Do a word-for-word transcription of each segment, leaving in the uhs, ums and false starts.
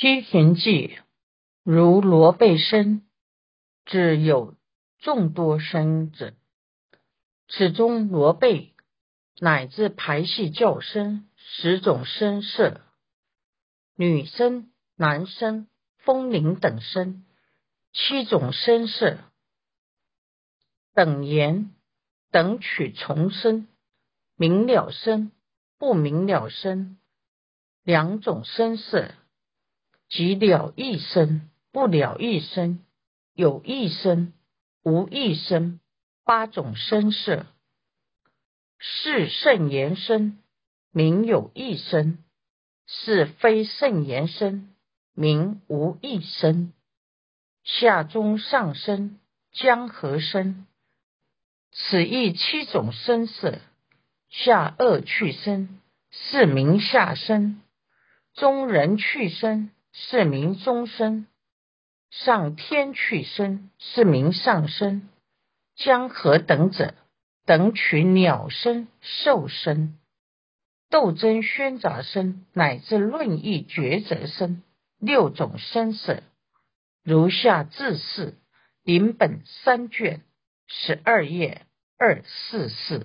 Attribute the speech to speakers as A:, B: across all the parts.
A: 批评记，如罗贝生，之有众多生者，此中罗贝乃至排系较深十种声色，女声、男声、风铃等声，七种声色，等言、等曲重声，明了声、不明了声，两种声色，即了义声、不了义声，有义声、无义声，八种声色，是圣言声，名有义声；是非圣言声，名无义声。下中上声，江河声，此亦七种声色。下恶去声，是名下声；中人去声，是名中声；上天去声，是名上声。江河等者，等取鸟声、兽声、斗争喧杂声，乃至论议抉择声，六种声色。如下自是，临本三卷，十二页二四四。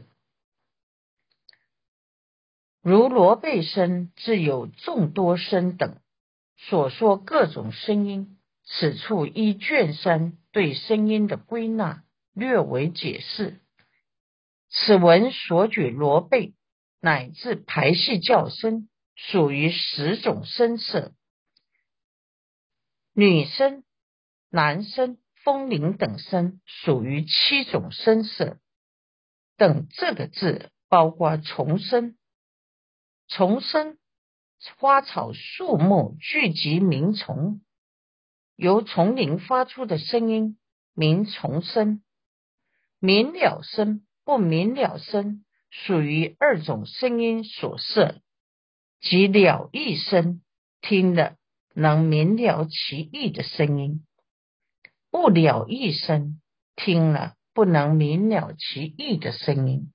A: 如罗贝声，自有众多声等，所说各种声音，此处依卷三对声音的归纳略为解释。此文所举罗贝乃至排系较声，属于十种声色，女声、男声、风铃等声属于七种声色。等这个字包括虫声，虫声花草树木聚集鸣虫，由丛林发出的声音鸣虫声。明了声、不明了声属于二种声音所摄，即了义声，听了能明了其意的声音；不了义声，听了不能明了其意的声音。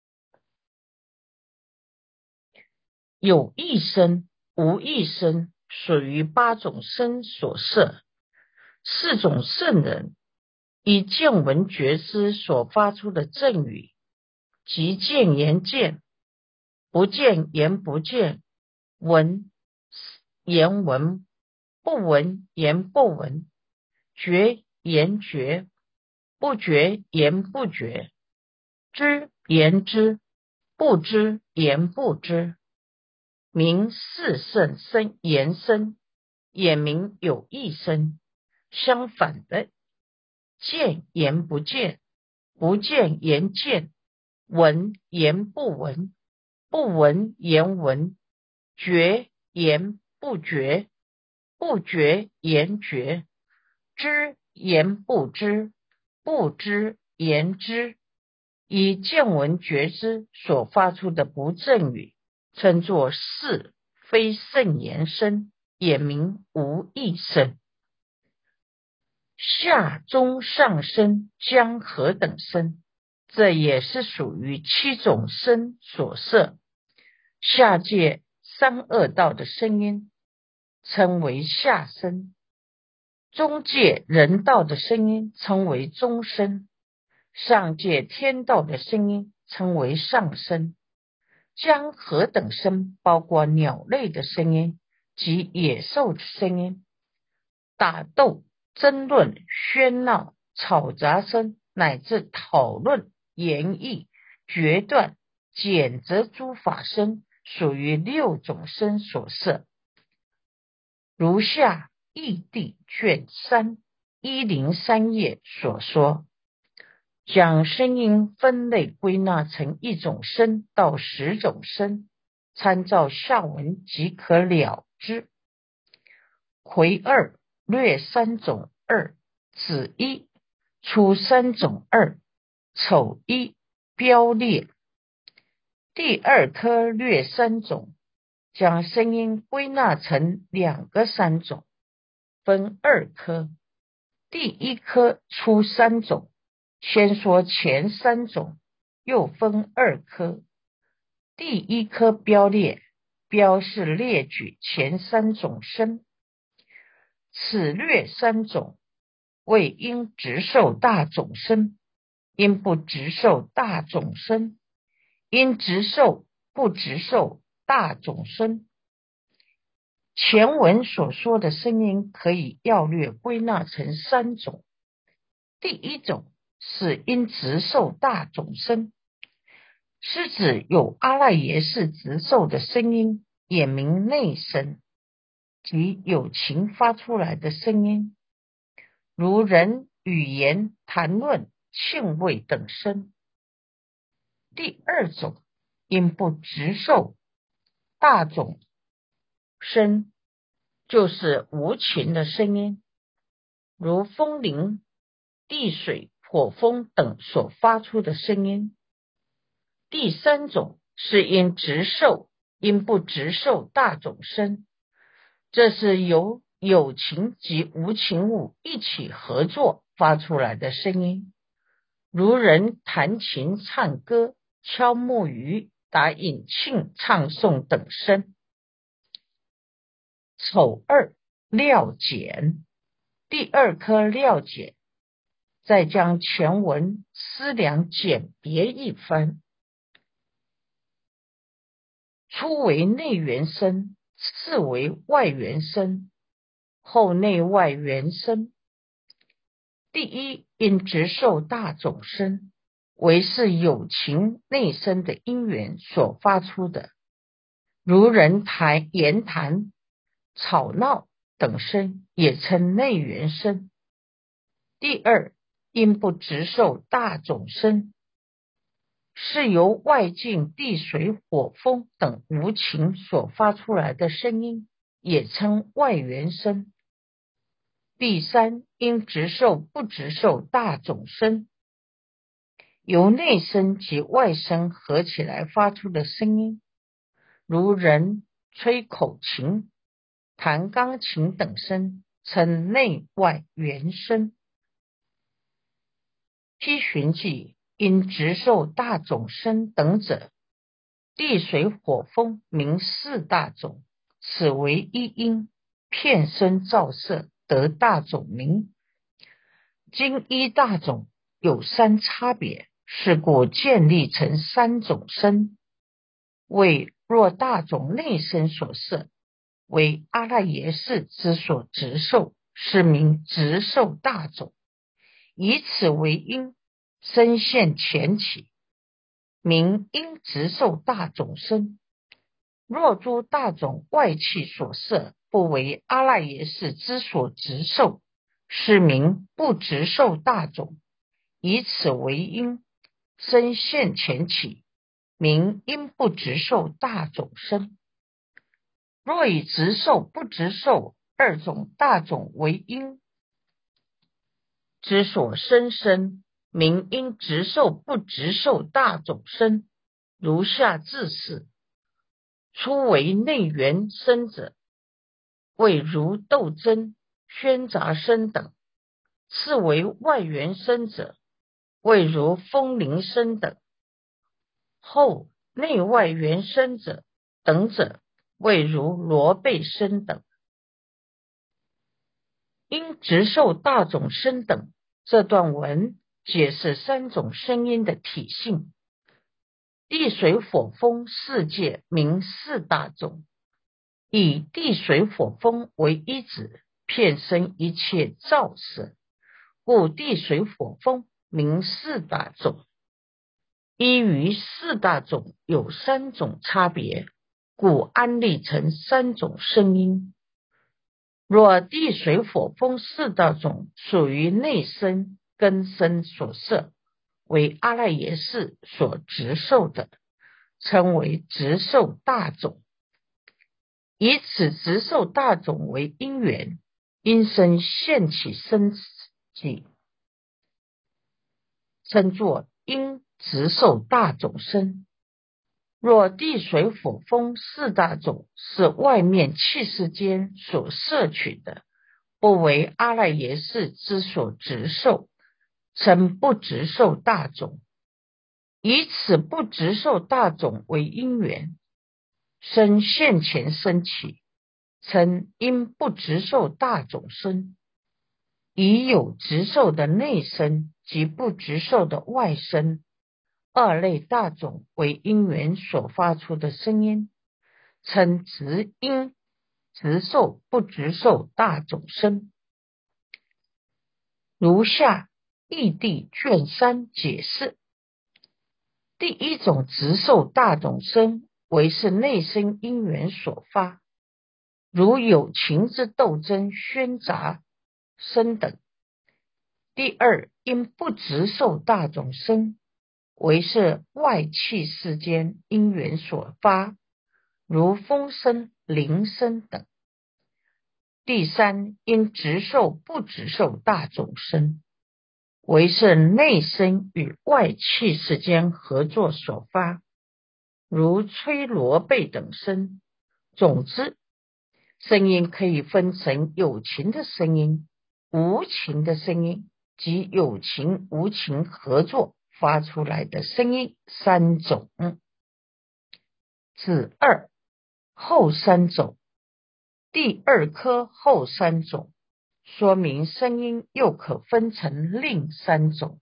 A: 有义声、无义声属于八种声所摄。四种圣人以见闻觉知所发出的正语，即见言见，不见言不见，闻言闻，不闻言不闻，觉言觉，不觉言不觉，知言知，不知言不知，名四圣声言声，也名有义声。相反的，见言不见，不见言见，闻言不闻，不闻言闻，觉言不觉，不觉言觉，知言不知，不知言知。以见闻觉知所发出的不正语，称作是非圣言声，也名无义声。下中上声、江河等声，这也是属于七种声所摄。下界三恶道的声音称为下声，中界人道的声音称为中声，上界天道的声音称为上声。江河等声包括鸟类的声音及野兽的声音，打斗、争论、喧闹、吵杂声，乃至讨论、言议、决断、检责诸法声，属于六种声所摄。如下义地卷三一零三页所说，将声音分类归纳成一种声到十种声，参照下文即可了之。癸二略三种二，子一出三种二，丑一标列。第二科略三种，将声音归纳成两个三种，分二科。第一科出三种，先说前三种，又分二科。第一科标列，标是列举前三种声， 此略三种，谓应直受大种身，因不直受大种身，因直受不直受大种身。前文所说的声音可以要略归纳成三种。第一种是因直受大种身，是指有阿赖耶识直受的声音，也名内声，即有情发出来的声音，如人语言、谈论、磬味等声。第二种因不直受大种声，就是无情的声音，如风铃、地水、火风等所发出的声音。第三种是因直受，因不直受大种声，这是由有情及无情物一起合作发出来的声音，如人弹琴、唱歌、敲木鱼、打引磬、唱诵等声。丑二料简，第二颗料简，再将前文思量简别一番。初为内缘声，次为外缘声，后内外缘声。第一因直受大种声，为是有情内声的因缘所发出的，如人谈言谈、吵闹等声，也称内缘声。第二因不直受大种声，是由外境地水火风等无情所发出来的声音，也称外缘声。第三因直受不直受大种声，由内声及外声合起来发出的声音，如人吹口琴、弹钢琴等声，称内外缘声。批寻记因直受大种声等者，地水火风名四大种，此为一因，遍身照射得大种名。今一大种有三差别，是故建立成三种声。为若大种内声所摄，为阿赖耶识之所直受，是名直受大种，以此为因，声现前起，名因直受大种声。若诸大种外气所摄，不为阿赖耶识之所直受，是名不直受大种，以此为因，声现前起，名因不直受大种声。若以直受不直受二种大种为因之所生声，名因直受不直受大种声。如下自是：初为内缘声者，谓如斗争、喧杂声等；次为外缘声者，谓如风铃声等；后内外缘声者等者，谓如罗贝声等。因直受大种声等，这段文解释三种声音的体性。地水火风四界名四大种，以地水火风为一指，遍身一切照射，故地水火风名四大种。依于四大种有三种差别，故安立成三种声音。若地水火风四大种属于内声根声所摄，为阿赖耶识所直受的，称为直受大种。以此直受大种为因缘，因声现起生起，称作因直受大种声。若地水火风四大种是外面气世间所摄取的，不为阿赖耶识之所直受，称不直受大种。以此不直受大种为因缘，生现前生起， 称因不执受大种声，以有执受的内声及不执受的外声二类大种为因缘所发出的声音，称执因执受不执受大种声。如下义地卷三解释。第一种执受大种声为是内生因缘所发，如有情之斗争、喧杂声等。第二，因不执受大种声为是外气世间因缘所发，如风声、铃声等。第三，因执受不执受大种声为是内声与外气世间合作所发，如吹锣贝等声。总之，声音可以分成有情的声音、无情的声音及有情无情合作发出来的声音三种。子二后三种。第二科后三种，说明声音又可分成另三种。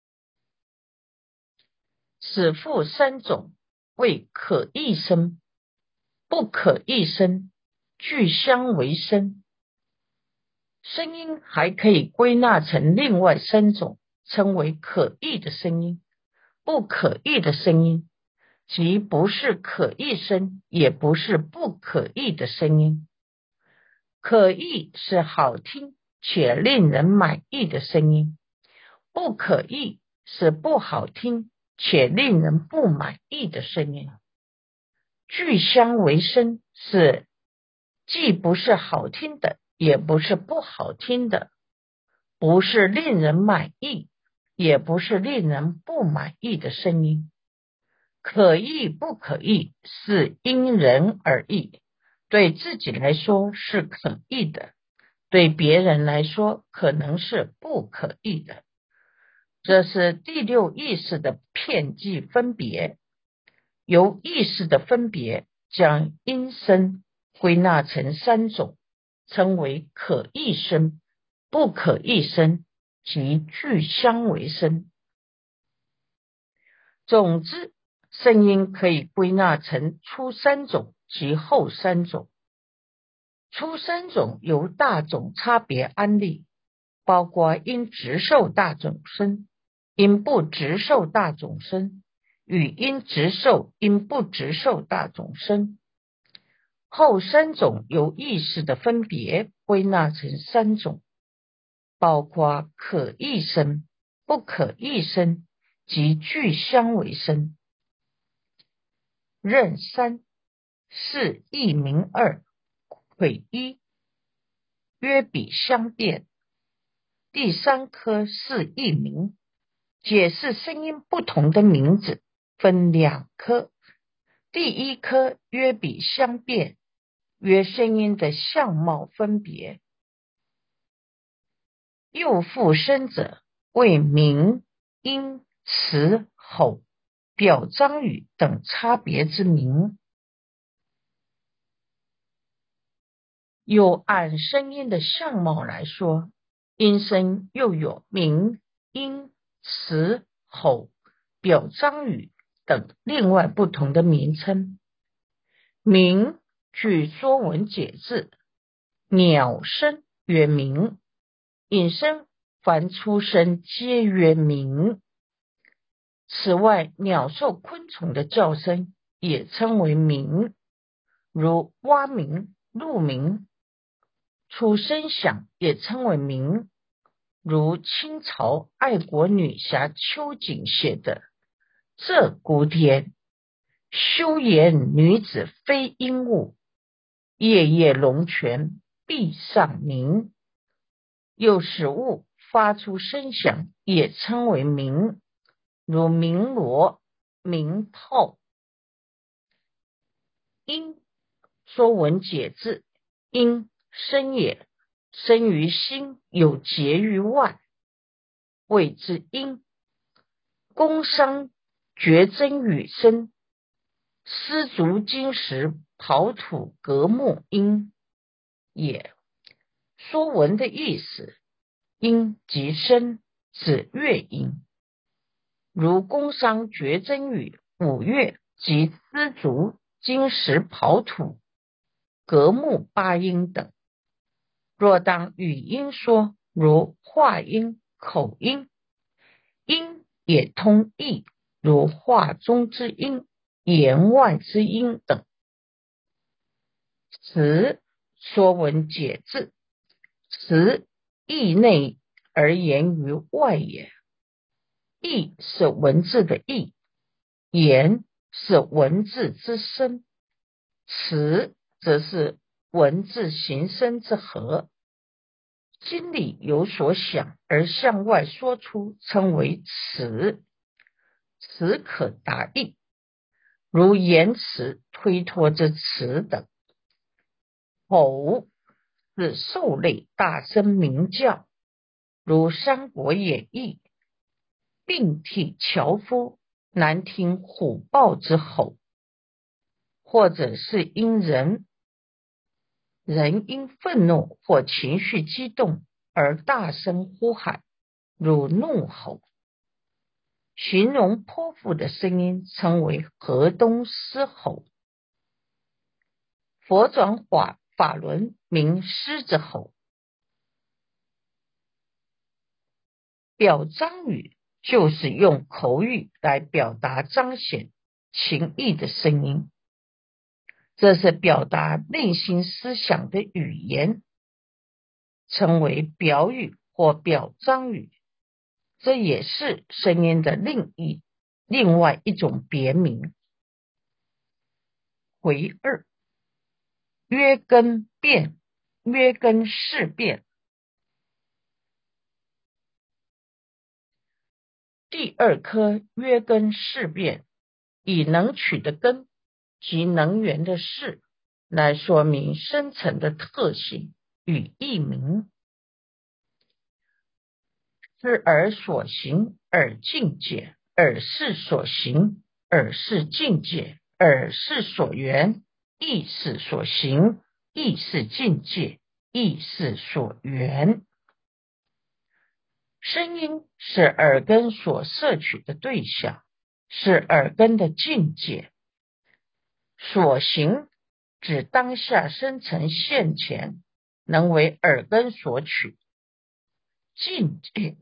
A: 此复三种为可异声、不可异声、具相为声。声音还可以归纳成另外三种，称为可异的声音、不可异的声音，即不是可异声，也不是不可异的声音。可异是好听且令人满意的声音，不可异是不好听且令人不满意的声音。具相为声是既不是好听的，也不是不好听的，不是令人满意，也不是令人不满意的声音。可异不可异是因人而异，对自己来说是可异的，对别人来说可能是不可异的。这是第六意识的片剂分别，由意识的分别将音声归纳成三种，称为可异声、不可异声及具相为声。总之，声音可以归纳成初三种及后三种。初三种由大种差别安立，包括因执受大种声、因不执受大种声与因执受因不执受大种声。后三种由意识的分别归纳成三种，包括可异声、不可异声及具相为声。任三是异名二，癸一，约比相变。第三科是异名，解释声音不同的名字分两科。第一科约比相变，约声音的相貌分别。又复声者为鸣、音、词、吼、表彰语等差别之名。又按声音的相貌来说，音声又有鸣、音、词、吼、表彰语等另外不同的名称。鸣据说文解字，鸟声曰鸣，引声凡出声皆曰鸣。此外，鸟兽昆虫的叫声也称为鸣，如蛙鸣、鹿鸣。出声响也称为鸣，如清朝爱国女侠秋瑾写的《鹧鸪天》，休言女子非鹦鹉，夜夜龙泉壁上鸣。又使物发出声响也称为鸣，如鸣锣、鸣炮。音说文解字，音声也，生于心，有结于外，谓之音。工商掘真语声，丝竹金石刨土革木音。 也。说文的意思，音即声，指乐音，如工商绝真语、五乐及丝竹、金石刨土、革木八音等。若当语音说，如话音、口音，音也通义，如话中之音、言外之音等。词，说文解字，词意内而言于外也。意是文字的意，言是文字之声，词则是文字形声之和。心里有所想而向外说出，称为词。词可达意，如言辞、推脱之词等。吼是兽类大声鸣叫，如《三国演义》并替樵夫，难听虎豹之吼，或者是因人人因愤怒或情绪激动而大声呼喊，如怒吼。形容泼妇的声音称为河东狮吼。佛转法法轮名狮子吼。表彰语就是用口语来表达彰显情意的声音，这是表达内心思想的语言，称为表语或表彰语。这也是声音的另一另外一种别名。回二，约根变，约根事变。第二颗约根事变，以能取的根及能源的事来说明生成的特性与义名。是耳所行而境界，耳是所行，耳是境界，耳是所缘，意是所行，意是境界，意是所缘。声音是耳根所摄取的对象，是耳根的境界。所行指当下生成现前，能为耳根所取。境界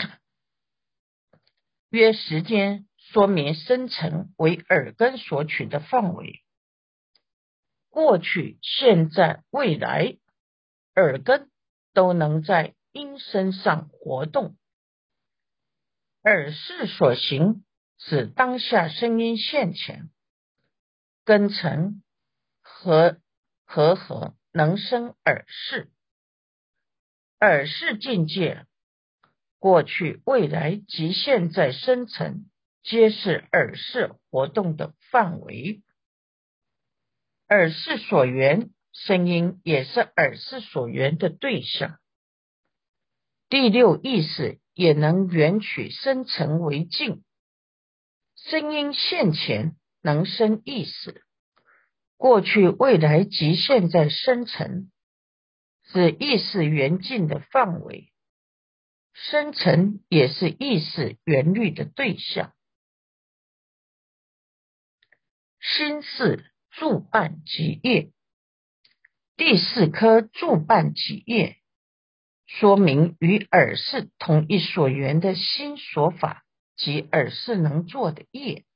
A: 约时间，说明生成为耳根所取的范围。过去、现在、未来，耳根都能在音声上活动。耳识所行，指当下声音现前，根尘和和合能生耳识。耳识境界，过去、未来及现在生成，皆是耳识活动的范围。耳识所缘，声音也是耳识所缘的对象。第六意识也能缘取生成为境。声音现前能生意识，过去、未来及现在生成，是意识缘境的范围。生成也是意识缘虑的对象。心是助伴即业，第四颗助伴即业，说明与耳识同一所缘的心所法及耳识能做的业。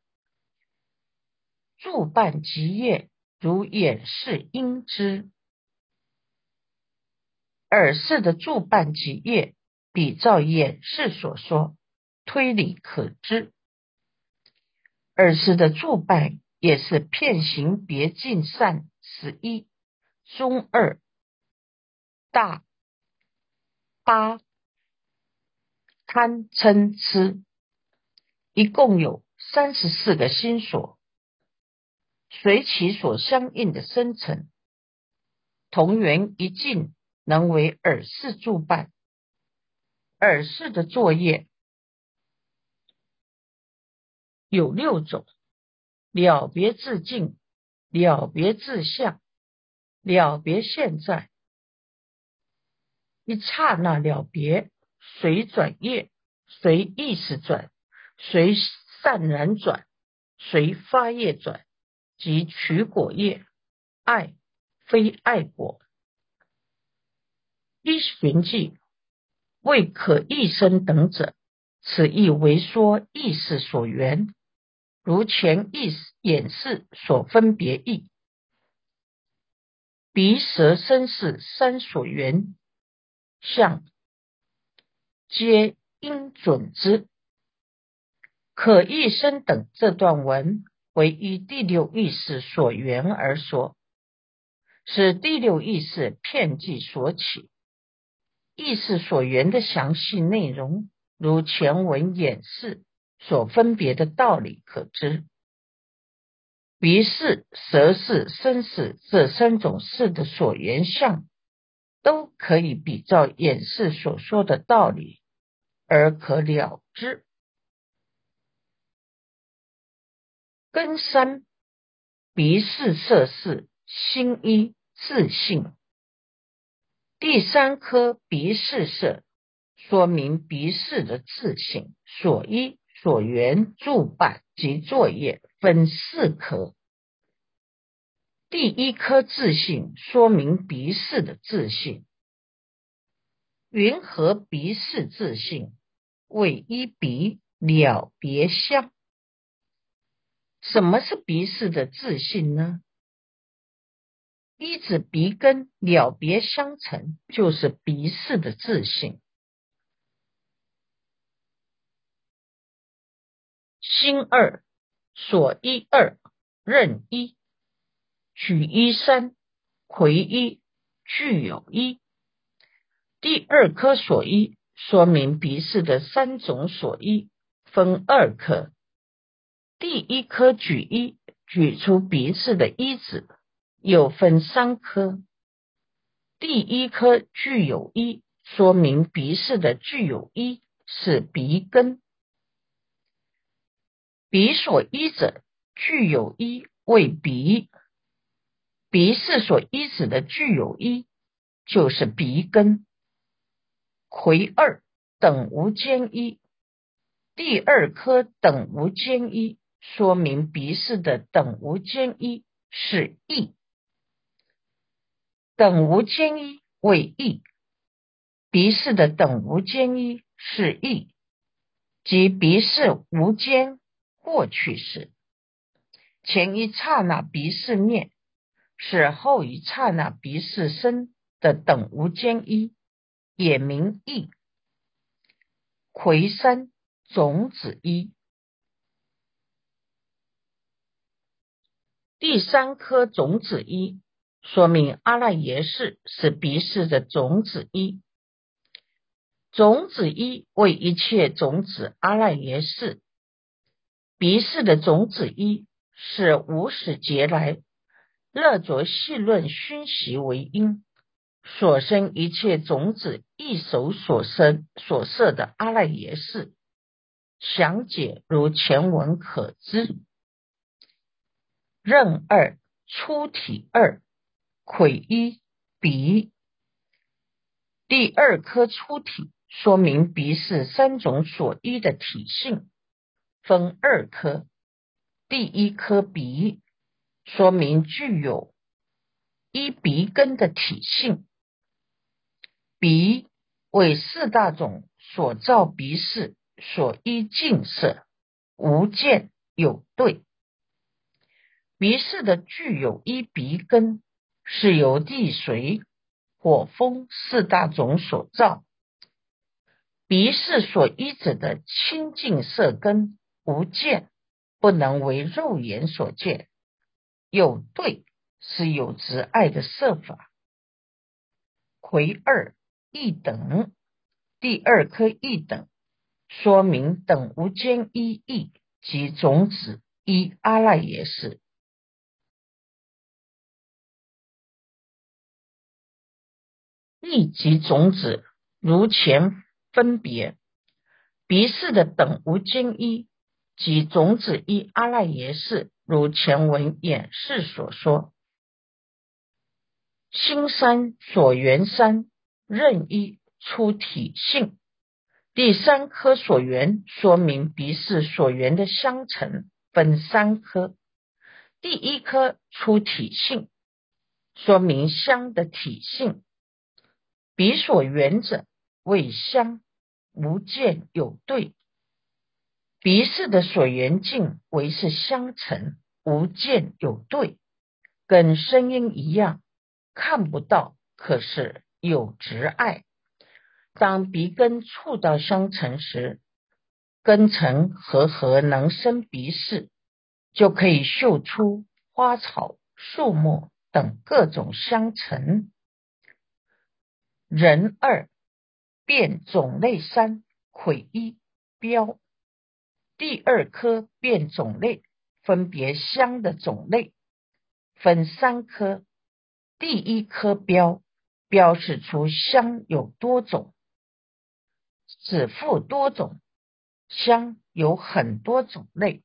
A: 助伴即业，如眼识应知。耳识的助伴即业，比照眼识所说，推理可知。耳识的助伴也是遍行别尽善十一、中二、大八、贪嗔痴，一共有三十四个心所，随其所相应的生成，同源一尽，能为耳识助伴。耳识的作业有六种：了别自境，了别自相，了别现在， 一刹那了别，随转业，随意识转，随散然转，随发业转，即取果业，爱非爱果。依循记为可益生等者，此意为说意识所缘，如前意演示所分别义。鼻舌身识三所缘相，皆应准之。可益生等这段文为依第六意识所缘而说，是第六意识遍计所起。意识所缘的详细内容，如前文演示所分别的道理可知。鼻识、舌识、身识这三种识的所缘相，都可以比照演示所说的道理而可了之。根三，鼻识、色识、心一、自性。第三颗鼻识色，说明鼻识的自性，所依、所缘、助伴及作业分四颗。第一颗自性说明鼻识的自性，云何鼻识自性？为依鼻了别相。什么是鼻识的自性呢？依指鼻根了别相成，就是鼻识的自性。心二，所依二，任一，举一三，回一，具有一。第二颗所依说明鼻识的三种所依，分二颗。第一颗举一，举出鼻识的一子，又分三颗。第一颗具有一，说明鼻识的具有一是鼻根。鼻所依者具有一为鼻，鼻识所依止的具有一就是鼻根。魁二等无间一，第二颗等无间一说明鼻识的等无间一是意。等无间一为意，鼻识的等无间一是意，即鼻识无间过去时，前一刹那鼻识灭，是后一刹那鼻识生的等无间一，也名意。魁三种子一，第三颗种子一说明阿赖耶识是鼻识的种子一。种子一为一切种子阿赖耶识，鼻识的种子一是无始劫来乐着细论熏习为因，所生一切种子一手所生所摄的阿赖耶识。详解如前文可知。任二，出体二，魁一，鼻。第二颗出体说明鼻识三种所依的体性，分二颗。第一颗鼻说明具有依鼻根的体性。鼻为四大种所造鼻识所依境色，无见有对。鼻识的具有依鼻根，是由地水火风四大种所造。鼻识所依止的清净色根无见，不能为肉眼所见。有对是有执爱的色法。魁二一等，第二颗一等说明等无间一义及种子一阿赖耶识。一及种子如前分别，鼻识的等无间一及种子一阿赖耶识，如前文演示所说。心三所缘三任一出体性。第三科所缘，说明鼻识所缘的相乘分三科。第一科出体性，说明香的体性。鼻所缘者为香，无见有对。鼻识的所缘境为是相乘，无见有对，跟声音一样，看不到，可是有执爱。当鼻根触到相乘时，根尘和合能生鼻识，就可以嗅出花草树木等各种相乘。人二，辨种类三，魁一，标。第二科辨种类，分别香的种类，分三科。第一科标，标示出香有多种，指复多种，香有很多种类。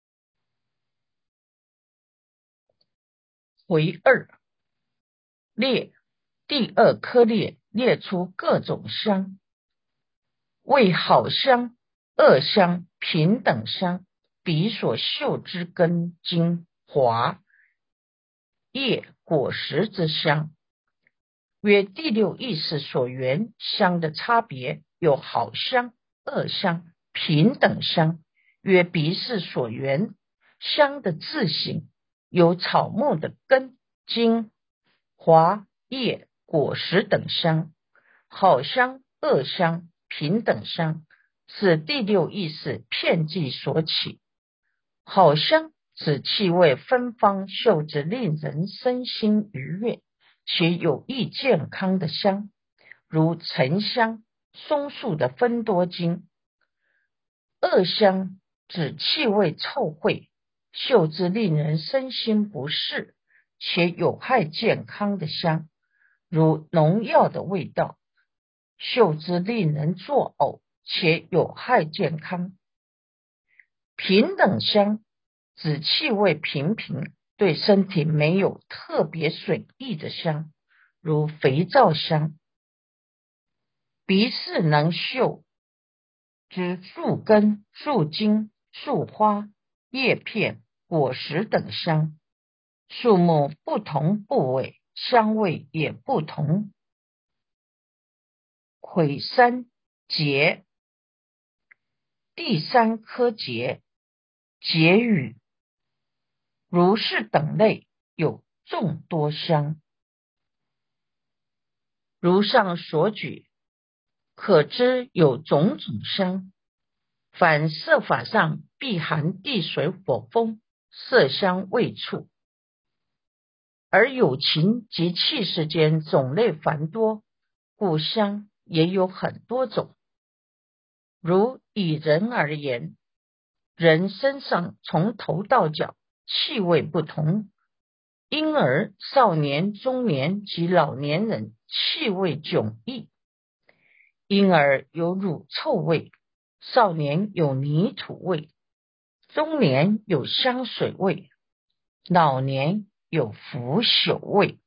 A: 回二，列。第二科列列出各种香，为好香、恶香、平等香，鼻所嗅之根茎华叶果实之香。约第六意识所缘香的差别，有好香、恶香、平等香。约鼻识所缘香的自性，有草木的根、茎、华、叶、果实等香。好香、恶香、平等香是第六意识片剂所起。好香指气味芬芳，嗅着令人身心愉悦且有益健康的香，如沉香、松树的芬多精。恶香指气味臭秽，嗅之令人身心不适且有害健康的香，如农药的味道，嗅之令人作呕且有害健康。平等香指气味平平，对身体没有特别损益的香，如肥皂香。鼻识能嗅之树根、树茎、树花、叶片、果实等香，树木不同部位，香味也不同。癸三，节。第三科节，节语。如是等类有众多香。如上所举，可知有种种香。凡色法上必含地水火风，色香味触，而有情及气世间种类繁多，故香也有很多种。如以人而言，人身上从头到脚气味不同，因而少年、中年及老年人气味迥异。婴儿有乳臭味，少年有泥土味，中年有香水味，老年有腐朽味。